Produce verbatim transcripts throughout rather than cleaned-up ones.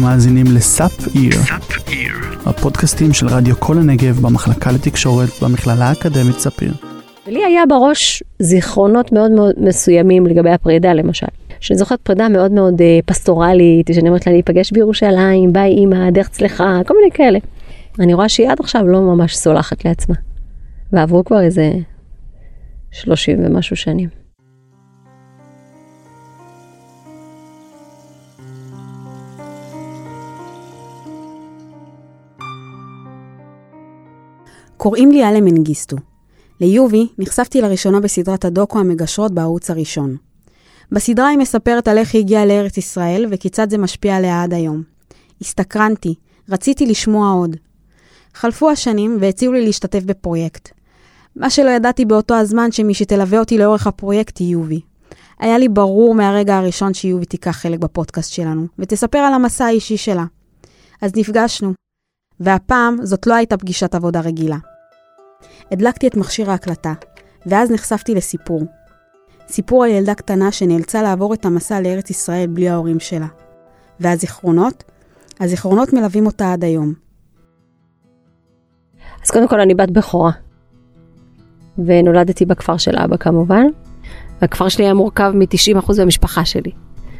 אתם מאזינים לסאפ איר, הפודקאסטים של רדיו כל הנגב במחלקה לתקשורת במכללה האקדמית ספיר. לי היה בראש זיכרונות מאוד מאוד מסוימים לגבי הפרידה למשל. שאני זוכרת פרידה מאוד מאוד פסטורלית, שאני אומרת לה להיפגש בירושלים, ביי אמא, דרך צלחה, כל מיני כאלה. אני רואה שהיא עד עכשיו לא ממש סולחת לעצמה. ועברו כבר איזה שלושים ומשהו שנים. קוראים לי אלה מנגיסטו. ליובי נחשפתי לראשונה בסדרת הדוקו המגשרות בערוץ הראשון. בסדרה היא מספרת על איך היא הגיעה לארץ ישראל וכיצד זה משפיע עליה עד היום. הסתקרנתי, רציתי לשמוע עוד. חלפו השנים והציעו לי להשתתף בפרויקט. מה שלא ידעתי באותו הזמן שמי שתלווה אותי לאורך הפרויקט היא יובי. היה לי ברור מהרגע הראשון שיובי תיקח חלק בפודקאסט שלנו ותספר על המסע האישי שלה. אז נפגשנו. והפעם זאת לא הייתה פגישת עבודה רגילה. הדלקתי את מכשיר ההקלטה, ואז נחשפתי לסיפור. סיפור על ילדה קטנה שנאלצה לעבור את המסע לארץ ישראל בלי ההורים שלה. והזיכרונות? הזיכרונות מלווים אותה עד היום. אז קודם כל אני בת בכורה. ונולדתי בכפר של אבא כמובן. והכפר שלי היה מורכב מ-תשעים אחוז מהמשפחה שלי.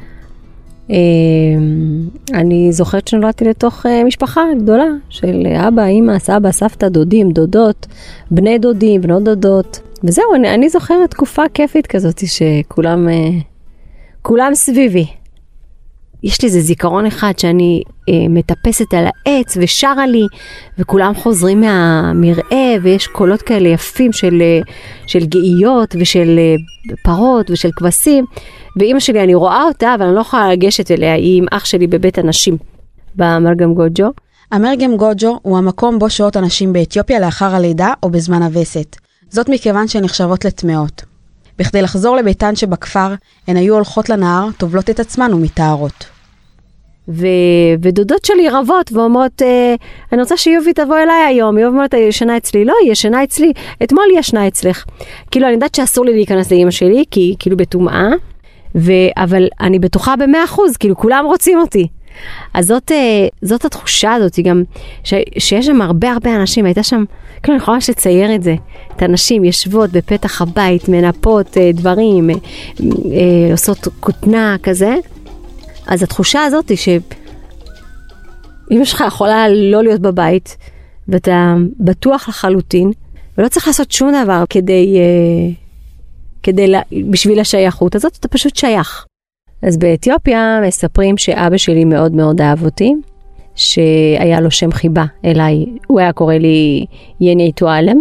אני זוכרת שנולדתי לתוך משפחה גדולה של אבא, אמא, סבא, סבתא, דודים, דודות, בני דודים, בנות דודות. וזהו, אני, אני זוכרת תקופה כיפית כזאת שכולם כולם סביבי. יש לי איזה זיכרון אחד שאני אה, מטפסת על העץ ושרה לי, וכולם חוזרים מהמראה, ויש קולות כאלה יפים של, של גאיות ושל פרות ושל כבשים. ואמא שלי, אני רואה אותה, אבל אני לא יכולה לגשת אליה, היא עם אח שלי בבית הנשים, במרג'ם גוג'ו. המרג'ם גוג'ו הוא המקום בו שוהות הנשים באתיופיה לאחר הלידה או בזמן הווסת. זאת מכיוון שהן נחשבות לטמאות. בכדי לחזור לביתן שבכפר, הן היו הולכות לנהר, טובלות את עצמן ומתארות. ו... ודודות שלי רבות ואומרות, אה, אני רוצה שיובי תבוא אליי היום, יובי אומרת, היא ישנה אצלי, לא, היא ישנה אצלי, אתמול היא ישנה אצלך. כאילו, אני יודעת שאסור לי להיכנס לאמא שלי, כי כאילו בטומאה, ו... אבל אני בטוחה במאה אחוז, כאילו כולם רוצים אותי. אז זאת, זאת התחושה הזאת, גם ש, שיש שם הרבה הרבה אנשים, הייתה שם, כאילו אני יכולה לצייר את זה, את האנשים יושבות בפתח הבית, מנפות דברים, עושות כותנה כזה, אז התחושה הזאת היא שאמא שלך יכולה לא להיות בבית, ואתה בטוח לחלוטין, ולא צריך לעשות שום דבר כדי, כדי בשביל השייכות הזאת, אתה פשוט שייך. אז באתיופיה מספרים שאבא שלי מאוד מאוד אהב אותי, שהיה לו שם חיבה אליי, הוא היה קורא לי יני תואלם.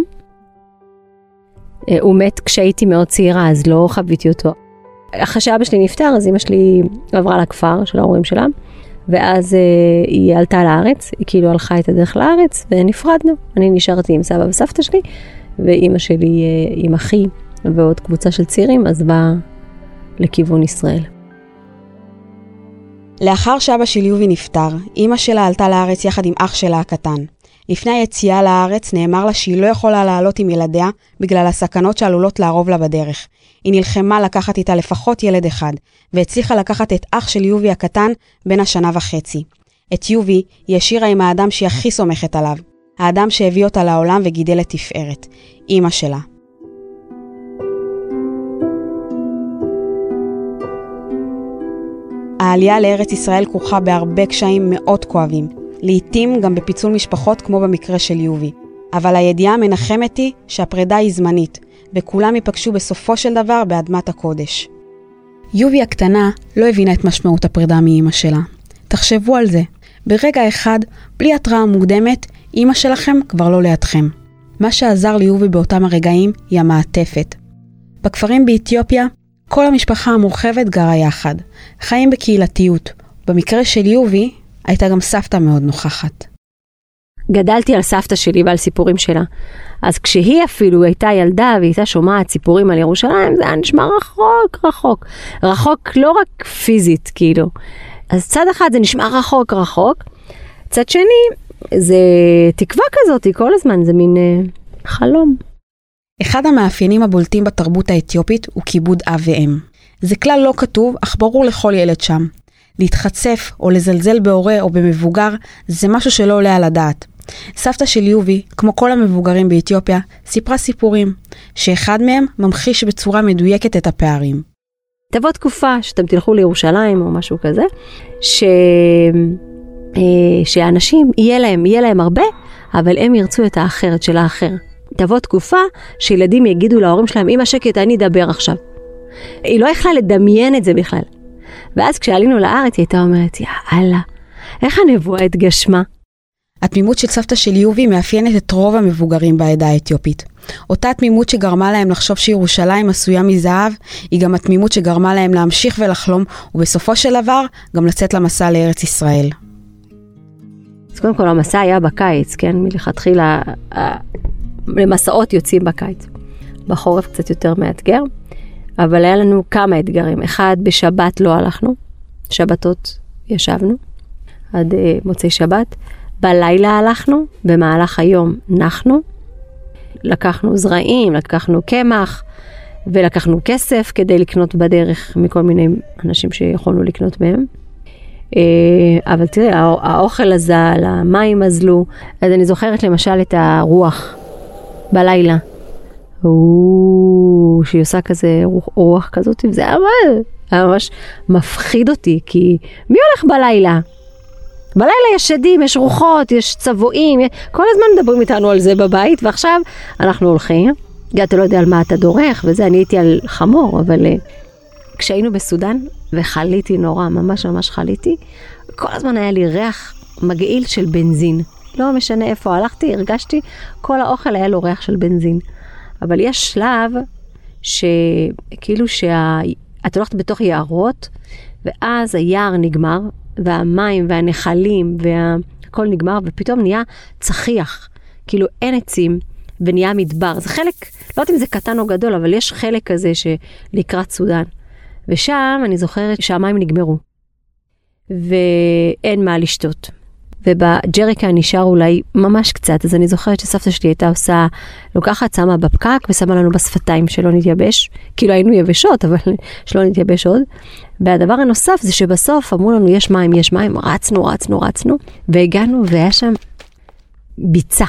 הוא מת כשהייתי מאוד צעירה, אז לא חוויתי אותו. אחרי שאבא שלי נפטר, אז אמא שלי עברה לכפר של ההורים שלה, ואז היא עלתה לארץ, היא כאילו הלכה את הדרך לארץ, ונפרדנו. אני נשארתי עם סבא וסבתא שלי, ואמא שלי עם אחי, ועוד קבוצה של צעירים, עזבה לכיוון ישראל. לאחר שאבא של יובי נפטר, אמא שלה עלתה לארץ יחד עם אח שלה הקטן. לפני היציאה לארץ נאמר לה שהיא לא יכולה לעלות עם ילדיה בגלל הסכנות שעלולות לערוב לה בדרך. היא נלחמה לקחת איתה לפחות ילד אחד, והצליחה לקחת את אח של יובי הקטן בין השנה וחצי. את יובי היא השאירה עם האדם שהיא הכי סומכת עליו, האדם שהביא אותה לעולם וגידל לתפארת, אמא שלה. העלייה לארץ ישראל כרוכה בהרבה קשיים מאוד כואבים, לעתים גם בפיצול משפחות כמו במקרה של יובי. אבל הידיעה מנחמת היא שהפרידה היא זמנית, וכולם ייפגשו בסופו של דבר באדמת הקודש. יובי הקטנה לא הבינה את משמעות הפרידה מאמא שלה. תחשבו על זה. ברגע אחד, בלי התראה מוקדמת, אמא שלכם כבר לא לידכם. מה שעזר ליובי באותם הרגעים היא המעטפת. בכפרים באתיופיה, כל המשפחה המורחבת גרה יחד, חיים בקהילתיות. במקרה של יובי, הייתה גם סבתא מאוד נוכחת. גדלתי על סבתא שלי ועל סיפורים שלה. אז כשהיא אפילו הייתה ילדה והייתה שומעת סיפורים על ירושלים, זה היה נשמע רחוק, רחוק. רחוק לא רק פיזית, כאילו. אז צד אחד זה נשמע רחוק, רחוק. צד שני, זה תקווה כזאת, כל הזמן, זה מין אה, חלום. אחד המאפיינים הבולטים בתרבות האתיופית הוא כיבוד אב ואם. זה כלל לא כתוב, אך ברור לכל ילד שם. להתחצף או לזלזל בהורה או במבוגר זה משהו שלא עולה על הדעת. סבתא של יובי, כמו כל המבוגרים באתיופיה, סיפרה סיפורים, שאחד מהם ממחיש בצורה מדויקת את הפערים. תבוא תקופה שאתם תלכו לירושלים או משהו כזה, ש... שאנשים יהיה להם, יהיה להם הרבה, אבל הם ירצו את האחרת של האחר. תבוא תקופה שילדים יגידו להורים שלהם, אמא שקט, אני אדבר עכשיו. היא לא יכלה לדמיין את זה בכלל. ואז כשעלינו לארץ היא הייתה אומרת, יאללה, איך הנבואה התגשמה? התמימות של סבתא של יובי מאפיינת את רוב המבוגרים בעדה האתיופית. אותה תמימות שגרמה להם לחשוב שירושלים עשויה מזהב, היא גם התמימות שגרמה להם להמשיך ולחלום, ובסופו של דבר גם לצאת למסע לארץ ישראל. אז קודם כל המסע היה בקיץ, כן? מלכתחילה למסעות יוצאים בקיץ. בחורף קצת יותר מאתגר, אבל היה לנו כמה אתגרים. אחד, בשבת לא הלכנו, שבתות ישבנו, עד מוצאי שבת. בלילה הלכנו, במהלך היום נחנו, לקחנו זרעים, לקחנו קמח, ולקחנו כסף כדי לקנות בדרך מכל מיני אנשים שיכולנו לקנות מהם. אבל תראה, האוכל הזל, המים הזלו, אז אני זוכרת למשל את הרוח בלילה. שהיא עושה כזה רוח, רוח כזאת, וזה היה ממש מפחיד אותי, כי מי הולך בלילה? בלילה יש שדים, יש רוחות, יש צבועים, כל הזמן מדברים איתנו על זה בבית, ועכשיו אנחנו הולכים, אתה לא יודע על מה אתה דורך, וזה אני הייתי על חמור, אבל כשהיינו בסודן, וחליתי נורא, ממש ממש חליתי, כל הזמן היה לי ריח מגעיל של בנזין. לא משנה איפה הלכתי, הרגשתי, כל האוכל היה לו ריח של בנזין. אבל יש שלב שכאילו שאת הולכת בתוך יערות, ואז היער נגמר, והמים והנחלים והכל נגמר, ופתאום נהיה צחיח, כאילו אין עצים, ונהיה מדבר. זה חלק, לא יודעת אם זה קטן או גדול, אבל יש חלק כזה שלקראת סודן. ושם אני זוכרת שהמים נגמרו, ואין מה לשתות. ובג'ריקה נשאר אולי ממש קצת, אז אני זוכרת שסבתא שלי הייתה עושה, לוקחת, שמה בפקק ושמה לנו בשפתיים שלא נתייבש, כאילו היינו יבשות, אבל שלא נתייבש עוד. והדבר הנוסף זה שבסוף אמרו לנו יש מים, יש מים, רצנו, רצנו, רצנו, והגענו והיה שם ביצה.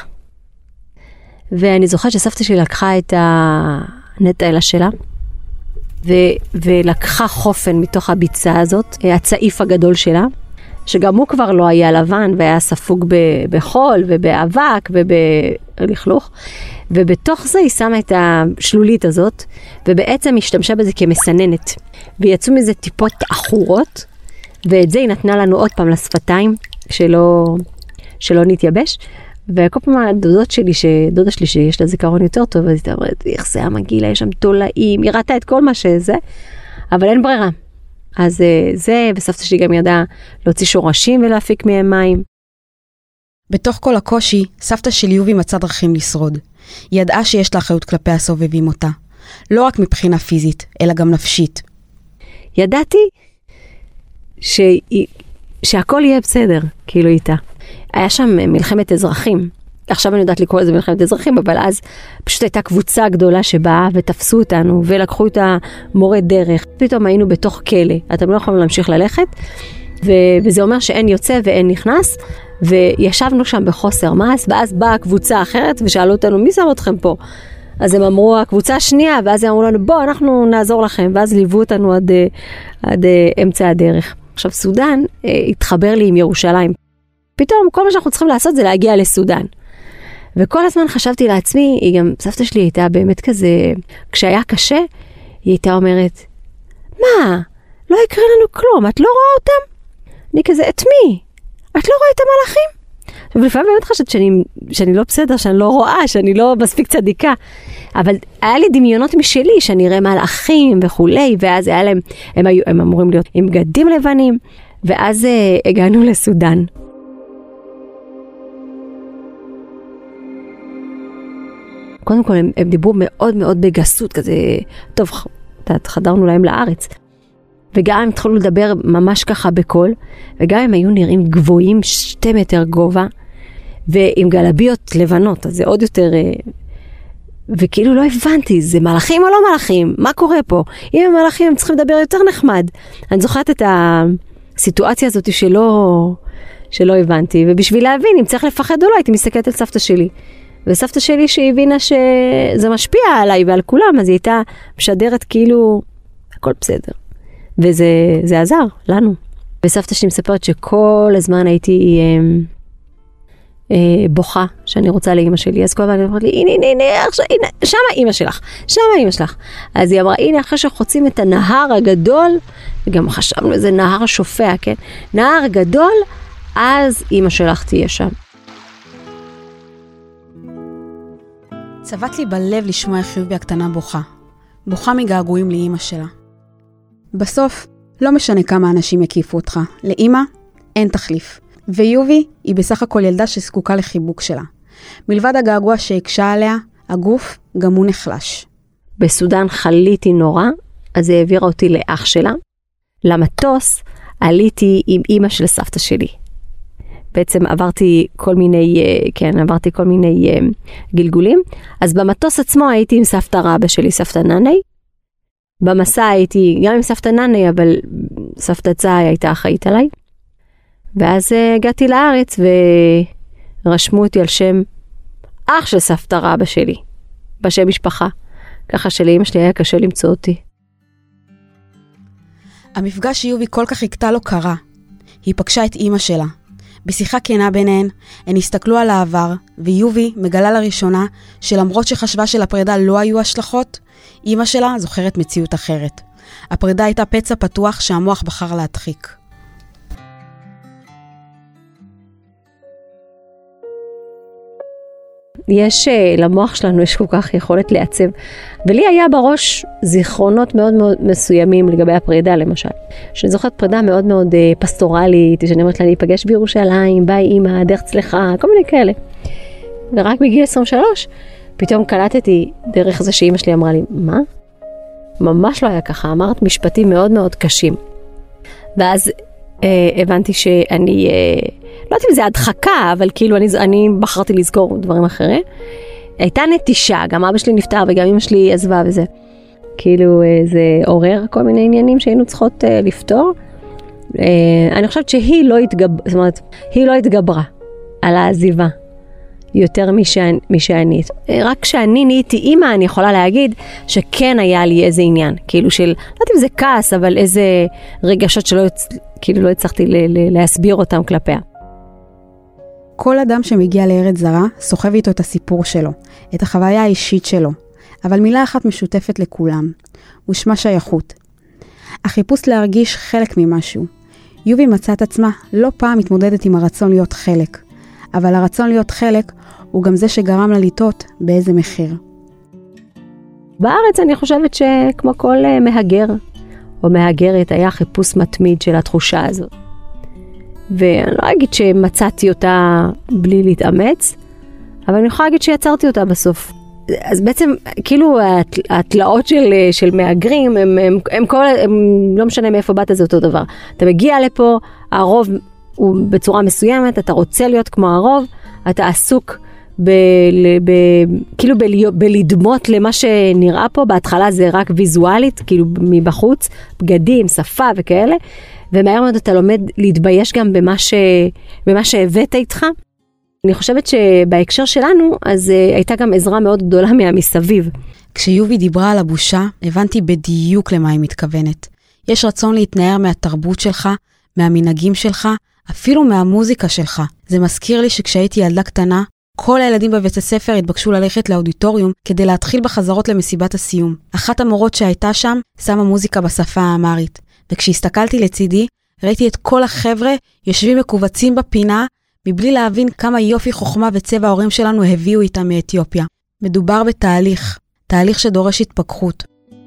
ואני זוכרת שסבתא שלי לקחה את הנטע שלה, ו- ולקחה חופן מתוך הביצה הזאת, הצעיף הגדול שלה, שגם הוא כבר לא היה לבן, והיה ספוג ב- בחול ובאבק ובלכלוך, ובתוך זה היא שמה את השלולית הזאת, ובעצם השתמשה בזה כמסננת, ויצאו מזה טיפות אחורות, ואת זה היא נתנה לנו עוד פעם לשפתיים, שלא, שלא נתייבש, וכל פעם הדודות שלי, דודה שלי שיש לה זיכרון יותר טוב, אז היא אומרת, איך זה המגילה, יש שם תולעים, היא ראתה את כל מה שזה, אבל אין ברירה. אז זה, וסבתא שלי גם ידעה להוציא שורשים ולהפיק מהם מים. בתוך כל הקושי, סבתא של יובי מצא דרכים לשרוד. היא ידעה שיש לה אחריות כלפי הסובבים אותה. לא רק מבחינה פיזית, אלא גם נפשית. ידעתי ש... שהכל יהיה בסדר, כאילו איתה. היה שם מלחמת אזרחים. עכשיו אני יודעת לקרוא לזה מלחמת אזרחים, אבל אז פשוט הייתה קבוצה גדולה שבאה ותפסו אותנו ולקחו את המורה דרך. פתאום היינו בתוך כלא, אתם לא יכולים להמשיך ללכת, ו- וזה אומר שאין יוצא ואין נכנס, וישבנו שם בחוסר מעש, ואז באה קבוצה אחרת ושאלו אותנו, מי שם אתכם פה? אז הם אמרו, הקבוצה השנייה, ואז הם אמרו לנו, בוא, אנחנו נעזור לכם, ואז ליוו אותנו עד, עד אמצע הדרך. עכשיו, סודן התחבר לי עם ירושלים. פתאום כל מה שאנחנו צריכים לעשות זה להגיע לסודן. וכל הזמן חשבתי לעצמי, היא גם, סבתא שלי הייתה באמת כזה, כשהיה קשה, היא הייתה אומרת, מה? לא יקרה לנו כלום, את לא רואה אותם? אני כזה, את מי? את לא רואה את המלאכים? ולפעמים באמת חשבת שאני, שאני לא בסדר, שאני לא רואה, שאני לא מספיק צדיקה. אבל היה לי דמיונות משלי, שאני אראה מלאכים וכולי, ואז היה להם, הם, היו, הם אמורים להיות עם בגדים לבנים, ואז אה, הגענו לסודן. קודם כל, הם, הם דיברו מאוד מאוד בגסות, כזה, טוב, חדרנו להם לארץ. וגם הם התחילו לדבר ממש ככה בקול, וגם הם היו נראים גבוהים שתי מטר גובה, ועם גלביות לבנות, אז זה עוד יותר... וכאילו לא הבנתי, זה מלאכים או לא מלאכים? מה קורה פה? אם הם מלאכים, הם צריכים לדבר יותר נחמד. אני זוכרת את הסיטואציה הזאת שלא, שלא הבנתי, ובשביל להבין אם צריך לפחד או לא, הייתי מסתכלת על סבתא שלי. וסבתא שלי שהבינה שזה משפיע עליי ועל כולם, אז היא הייתה משדרת כאילו, הכל בסדר. וזה זה עזר לנו. וסבתא שלי מספרת שכל הזמן הייתי אה, אה, בוכה שאני רוצה לאמא שלי. אז כל הזמן היא אמרת לי, הנה, הנה, הנה, עכשיו, הנה, שמה אמא שלך, שמה אמא שלך. אז היא אמרה, הנה, אחרי שחוצים את הנהר הגדול, וגם חשבנו איזה נהר שופע, כן? נהר גדול, אז אמא שלך תהיה שם. צבט לי בלב לשמוע איך יובי הקטנה בוכה. בוכה מגעגועים לאמא שלה. בסוף, לא משנה כמה אנשים יקיפו אותך. לאמא, אין תחליף. ויובי היא בסך הכל ילדה שזקוקה לחיבוק שלה. מלבד הגעגוע שהקשה עליה, הגוף גם הוא נחלש. בסודן חליתי נורא, אז היא העבירה אותי לאח שלה. למטוס עליתי עם אמא של סבתא שלי. בעצם עברתי כל מיני, כן, עברתי כל מיני גלגולים. אז במטוס עצמו הייתי עם סבתא רבא שלי, סבתא נני. במסע הייתי גם עם סבתא נני, אבל סבתא צאי הייתה אחראית עליי. ואז הגעתי לארץ ורשמו אותי על שם אח של סבתא רבא שלי, בשם משפחה. ככה שלאמא שלי היה קשה למצוא אותי. המפגש שיובי כל כך חיכתה לו קרה. היא פגשה את אמא שלה. בשיחה כנה ביניהן, הן הסתכלו על העבר, ויובי מגלה לראשונה שלמרות שחשבה שלפרידה לא היו השלכות, אמא שלה זוכרת מציאות אחרת. הפרידה הייתה פצע פתוח שהמוח בחר להדחיק. יש, למוח שלנו יש כל כך יכולת לעצב, ולי היה בראש זיכרונות מאוד מאוד מסוימים לגבי הפרידה למשל. שאני זוכרת פרידה מאוד מאוד פסטורלית, שאני אומרת לה להיפגש בירושלים, ביי אמא, דרך צלחה, כל מיני כאלה. ורק בגיל עשרים ושלוש, פתאום קלטתי דרך זה שאמא שלי אמרה לי, מה? ממש לא היה ככה, אמרת משפטים מאוד מאוד קשים. ואז אה, הבנתי שאני... אה, לא יודעת אם זה הדחקה, אבל כאילו אני, אני בחרתי לזכור דברים אחרים. הייתה נטישה, גם אבא שלי נפטר וגם אמא שלי עזבה וזה. כאילו זה עורר כל מיני עניינים שהיינו צריכות uh, לפתור. Uh, אני חושבת שהיא לא התגברה, זאת אומרת, היא לא התגברה על העזיבה יותר משאני. משאני. רק כשאני נהייתי אימא, אני יכולה להגיד שכן היה לי איזה עניין. כאילו של, לא יודעת אם זה כעס, אבל איזה רגשות שלא כאילו לא הצלחתי ל- ל- להסביר אותם כלפיה. כל אדם שמגיע לארץ זרה, סוחב איתו את הסיפור שלו, את החוויה האישית שלו, אבל מילה אחת משותפת לכולם, ושמה שייכות. החיפוש להרגיש חלק ממשהו. יובי מצאת עצמה לא פעם מתמודדת עם הרצון להיות חלק, אבל הרצון להיות חלק הוא גם זה שגרם לה לטעות באיזה מחיר. בארץ אני חושבת שכמו כל מהגר או מהגרת היה חיפוש מתמיד של התחושה הזאת. ואני לא אגיד שמצאתי אותה בלי להתאמץ, אבל אני יכולה להגיד שיצרתי אותה בסוף. אז בעצם, כאילו, התלאות של, של מהגרים, הם, הם, הם, כל, הם לא משנה מאיפה באת, זה אותו דבר. אתה מגיע לפה, הרוב הוא בצורה מסוימת, אתה רוצה להיות כמו הרוב, אתה עסוק ב, ב, כאילו ב, בלדמות למה שנראה פה, בהתחלה זה רק ויזואלית, כאילו מבחוץ, בגדים, שפה וכאלה, ומהר מאוד אתה לומד להתבייש גם במה, ש... במה שהבאת איתך. אני חושבת שבהקשר שלנו, אז uh, הייתה גם עזרה מאוד גדולה מהמסביב. כשיובי דיברה על הבושה, הבנתי בדיוק למה היא מתכוונת. יש רצון להתנער מהתרבות שלך, מהמנהגים שלך, אפילו מהמוזיקה שלך. זה מזכיר לי שכשהייתי ילדה קטנה, כל הילדים בבית הספר התבקשו ללכת לאודיטוריום כדי להתחיל בחזרות למסיבת הסיום. אחת המורות שהייתה שם שמה מוזיקה בשפה האמרית. וכשהסתכלתי לצידי, ראיתי את כל החבר'ה יושבים מקובצים בפינה, מבלי להבין כמה יופי חוכמה וצבע ההורים שלנו הביאו איתם מאתיופיה. מדובר בתהליך, תהליך שדורש התפכחות.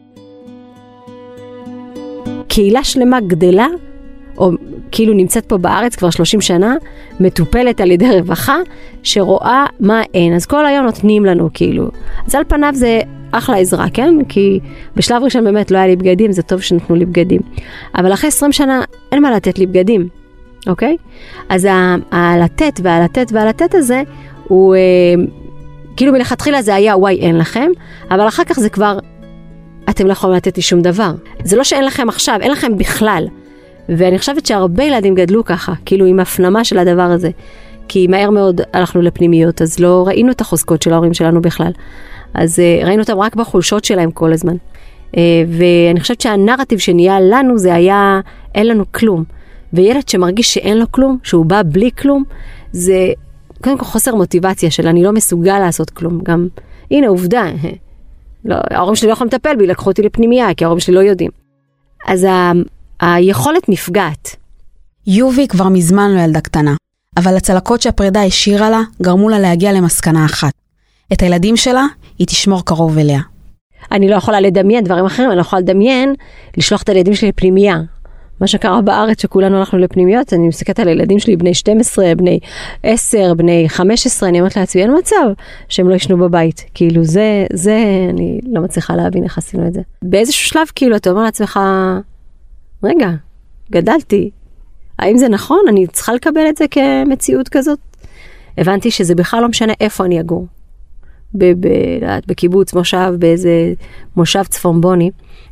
קהילה שלמה גדלה, או כאילו נמצאת פה בארץ כבר שלושים שנה, מטופלת על ידי רווחה, שרואה מה אין. אז כל היום נותנים לנו כאילו. אז על פניו זה אחלה עזרה, כן? כי בשלב ראשון באמת לא היה לי בגדים, זה טוב שנתנו לי בגדים. אבל אחרי עשרים שנה אין מה לתת לי בגדים, אוקיי? אז הלתת והלתת והלתת הזה, הוא אה, כאילו מלכתחילה זה היה וואי אין לכם, אבל אחר כך זה כבר, אתם לא יכולים לתת לי שום דבר. זה לא שאין לכם עכשיו, אין לכם בכלל. ואני חושבת שהרבה ילדים גדלו ככה, כאילו עם הפנמה של הדבר הזה. כי מהר מאוד הלכנו לפנימיות, אז לא ראינו את החוזקות של ההורים שלנו בכלל. אז ראינו אותם רק בחולשות שלהם כל הזמן. ואני חושבת שהנרטיב שנהיה לנו זה היה, אין לנו כלום. וילד שמרגיש שאין לו כלום, שהוא בא בלי כלום, זה קודם כל חוסר מוטיבציה של אני לא מסוגל לעשות כלום. גם, הנה עובדה, לא, ההורים שלי לא יכולים לטפל בי, לקחו אותי לפנימייה, כי ההורים שלי לא יודעים. אז ה, היכולת נפגעת. יובי כבר מזמן לא ילדה קטנה, אבל הצלקות שהפרידה השאירה לה, גרמו לה להגיע למסקנה אחת. את הילדים שלה, היא תשמור קרוב אליה. אני לא יכולה לדמיין דברים אחרים, אני לא יכולה לדמיין לשלוח את הילדים שלי לפנימייה. מה שקרה בארץ שכולנו הלכנו לפנימיות, אני מסתכלת על הילדים שלי בני שתים עשרה, בני עשר, בני חמש עשרה, אני אומרת לעצמי, אין מצב שהם לא ישנו בבית. כאילו זה, זה, אני לא מצליחה להבין איך עשינו את זה. באיזשהו שלב כאילו אתה אומר לעצמך, רגע, גדלתי, האם זה נכון? אני צריכה לקבל את זה כמציאות כזאת? הבנתי שזה בכלל לא משנה איפה אני אגור. ב- ב- בקיבוץ, מושב, באיזה מושב צפונבוני.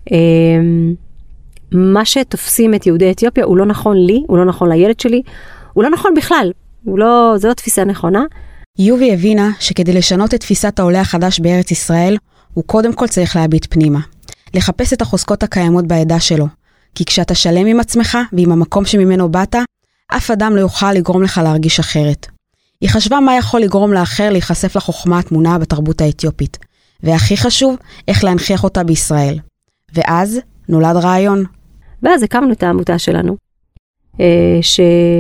מה שתופסים את יהודי אתיופיה הוא לא נכון לי, הוא לא נכון לילד שלי, הוא לא נכון בכלל. הוא לא, זו לא תפיסה נכונה. יובי הבינה שכדי לשנות את תפיסת העולה החדש בארץ ישראל, הוא קודם כל צריך להביט פנימה. לחפש את החוזקות הקיימות בעדה שלו. כי כשאתה שלם עם עצמך ועם המקום שממנו באת, אף אדם לא יוכל לגרום לך להרגיש אחרת. היא חשבה מה יכול לגרום לאחר להיחשף לחוכמה התמונה בתרבות האתיופית. והכי חשוב, איך להנכיח אותה בישראל. ואז נולד רעיון. ואז הקמנו את העמותה שלנו. ש...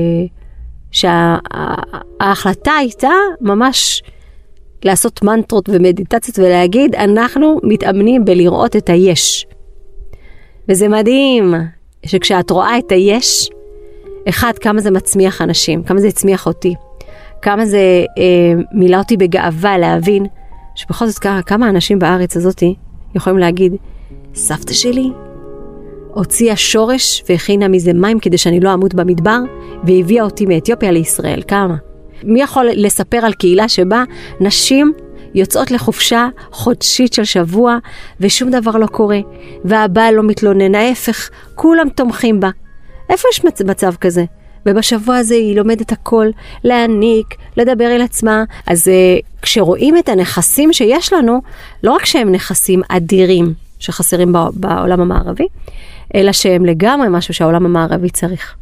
שההחלטה הייתה ממש לעשות מנטרות ומדיטציות ולהגיד, אנחנו מתאמנים בלראות את היש. וזה מדהים שכשאת רואה את היש, אחד, כמה זה מצמיח אנשים, כמה זה הצמיח אותי, כמה זה אה, מילה אותי בגאווה להבין, שבכל זאת כמה, כמה אנשים בארץ הזאת יכולים להגיד, סבתא שלי הוציאה שורש והכינה מזה מים כדי שאני לא אמות במדבר, והביאה אותי מאתיופיה לישראל. כמה? מי יכול לספר על קהילה שבה נשים יוצאות לחופשה חודשית של שבוע, ושום דבר לא קורה, והבעל לא מתלונן, ההפך, כולם תומכים בה. איפה יש מצב כזה? ובשבוע הזה היא לומדת הכל, להעניק, לדבר אל עצמה. אז כשרואים את הנכסים שיש לנו, לא רק שהם נכסים אדירים שחסרים בעולם המערבי, אלא שהם לגמרי משהו שהעולם המערבי צריך.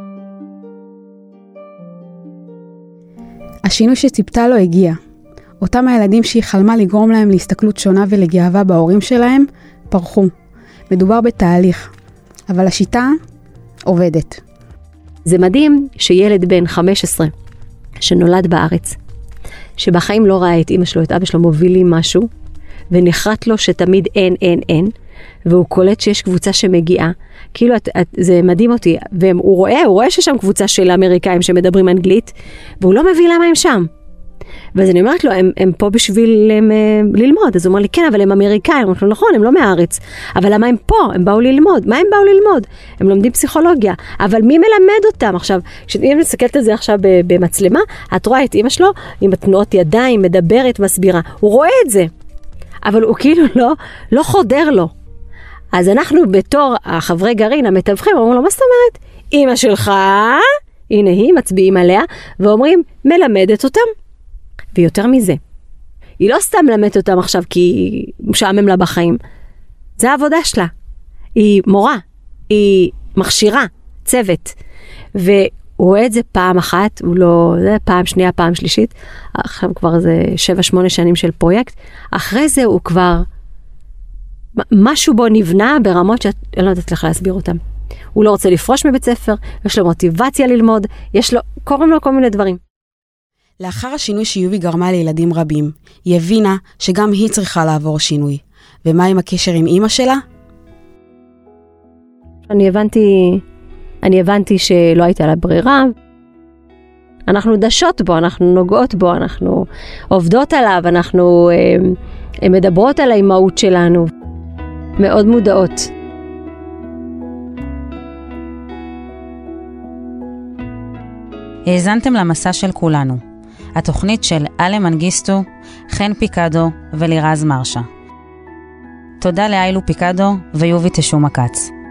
השינוי שציפתה לו הגיע. אותם הילדים שהיא חלמה לגרום להם להסתכלות שונה ולגאווה בהורים שלהם, פרחו. מדובר בתהליך, אבל השיטה עובדת. זה מדהים שילד בן חמש עשרה, שנולד בארץ, שבחיים לא ראה את אמא שלו, את אבא שלו מובילים משהו, ונחרט לו שתמיד אין, אין, אין, והוא קולט שיש קבוצה שמגיעה, כאילו את, את, זה מדהים אותי, והוא רואה, הוא רואה ששם קבוצה של האמריקאים שמדברים אנגלית, והוא לא מבין למה הם שם. ואז אני אומרת לו, הם, הם פה בשביל הם, ללמוד. אז הוא אומר לי, כן, אבל הם אמריקאים. הוא אומר, נכון, הם לא מהארץ. אבל למה הם פה? הם באו ללמוד. מה הם באו ללמוד? הם לומדים פסיכולוגיה. אבל מי מלמד אותם? עכשיו, כשאני מסתכלת על זה עכשיו במצלמה, את רואה את אמא שלו עם התנועות ידיים, מדברת, מסבירה. הוא רואה את זה. אבל הוא כאילו לא, לא חודר לו. אז אנחנו בתור החברי גרעין, המתווכים, אומרים לו, מה זאת אומרת? אמא שלך, הנה היא, מצביעים עליה, ואומרים, מלמדת אותם. ויותר מזה, היא לא סתם למדת אותם עכשיו כי משעמם לה בחיים. זה העבודה שלה. היא מורה, היא מכשירה, צוות. והוא רואה את זה פעם אחת, הוא לא, זה פעם שנייה, פעם שלישית. עכשיו כבר זה שבע, שמונה שנים של פרויקט. אחרי זה הוא כבר, משהו בו נבנה ברמות שאני לא יודעת לך להסביר אותם. הוא לא רוצה לפרוש מבית ספר, יש לו מוטיבציה ללמוד, יש לו, קוראים לו כל מיני דברים. לאחר השינוי שיובי גרמה לילדים רבים, היא הבינה שגם היא צריכה לעבור שינוי. ומה עם הקשר עם אמא שלה? אני הבנתי, אני הבנתי שלא הייתה לה ברירה. אנחנו דשות בו, אנחנו נוגעות בו, אנחנו עובדות עליו, אנחנו אה, מדברות על האימהות שלנו. מאוד מודעות. האזנתם למסע של כולנו. התוכנית של אלה מנגיסטו, חן פיקדו ולירז מרשה. תודה לאילו פיקדו ויובי תשום הקץ.